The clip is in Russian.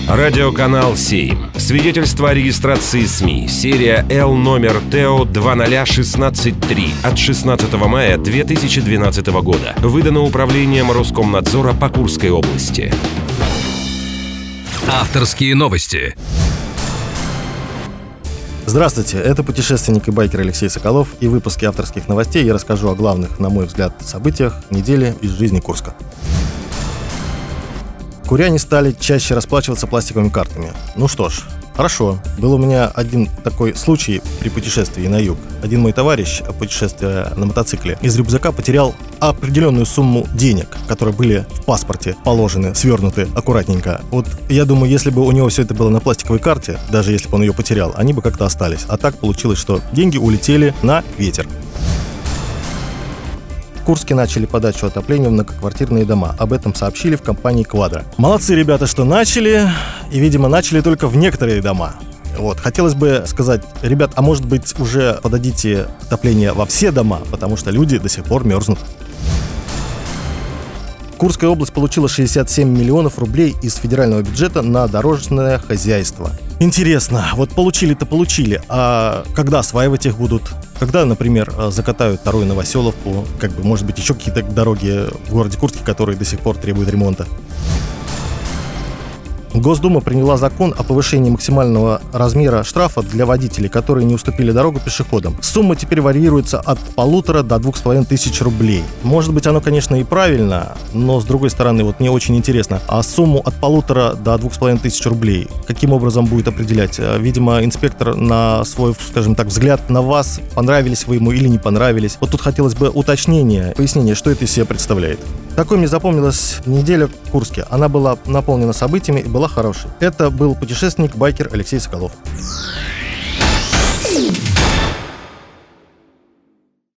Радиоканал 7. Свидетельство о регистрации СМИ. Серия Л номер ТО 20163 от 16 мая 2012 года. Выдано Управлением Роскомнадзора по Курской области. Авторские новости. Здравствуйте, это путешественник и байкер Алексей Соколов, и в выпуске авторских новостей я расскажу о главных, на мой взгляд, событиях недели из жизни Курска. Куряне стали чаще расплачиваться пластиковыми картами. Ну что ж, хорошо. Был у меня один такой случай при путешествии на юг. Один мой товарищ, путешествуя на мотоцикле, из рюкзака потерял определенную сумму денег, которые были в паспорте положены, свернуты аккуратненько. Вот я думаю, если бы у него все это было на пластиковой карте, даже если бы он ее потерял, они бы как-то остались. А так получилось, что деньги улетели на ветер. В Курске начали подачу отопления в многоквартирные дома. Об этом сообщили в компании «Квадро». Молодцы ребята, что начали, и, видимо, начали только в некоторые дома. Хотелось бы сказать, ребят, а может быть уже подадите отопление во все дома, потому что люди до сих пор мерзнут. Курская область получила 67 миллионов рублей из федерального бюджета на дорожное хозяйство. Интересно, получили-то получили, а когда осваивать их будут? Когда, например, закатают вторую Новоселовку, может быть, еще какие-то дороги в городе Курске, которые до сих пор требуют ремонта? Госдума приняла закон о повышении максимального размера штрафа для водителей, которые не уступили дорогу пешеходам. Сумма теперь варьируется от 1,5 до 2,5 рублей. Может быть, оно, конечно, и правильно, но, с другой стороны, мне очень интересно, а сумму от 1,5 до 2,5 рублей каким образом будет определять? Видимо, инспектор на свой, скажем так, взгляд на вас, понравились вы ему или не понравились. Тут хотелось бы уточнения, пояснения, что это из себя представляет. Такой мне запомнилась неделя в Курске. Она была наполнена событиями и была хорошей. Это был путешественник-байкер Алексей Соколов.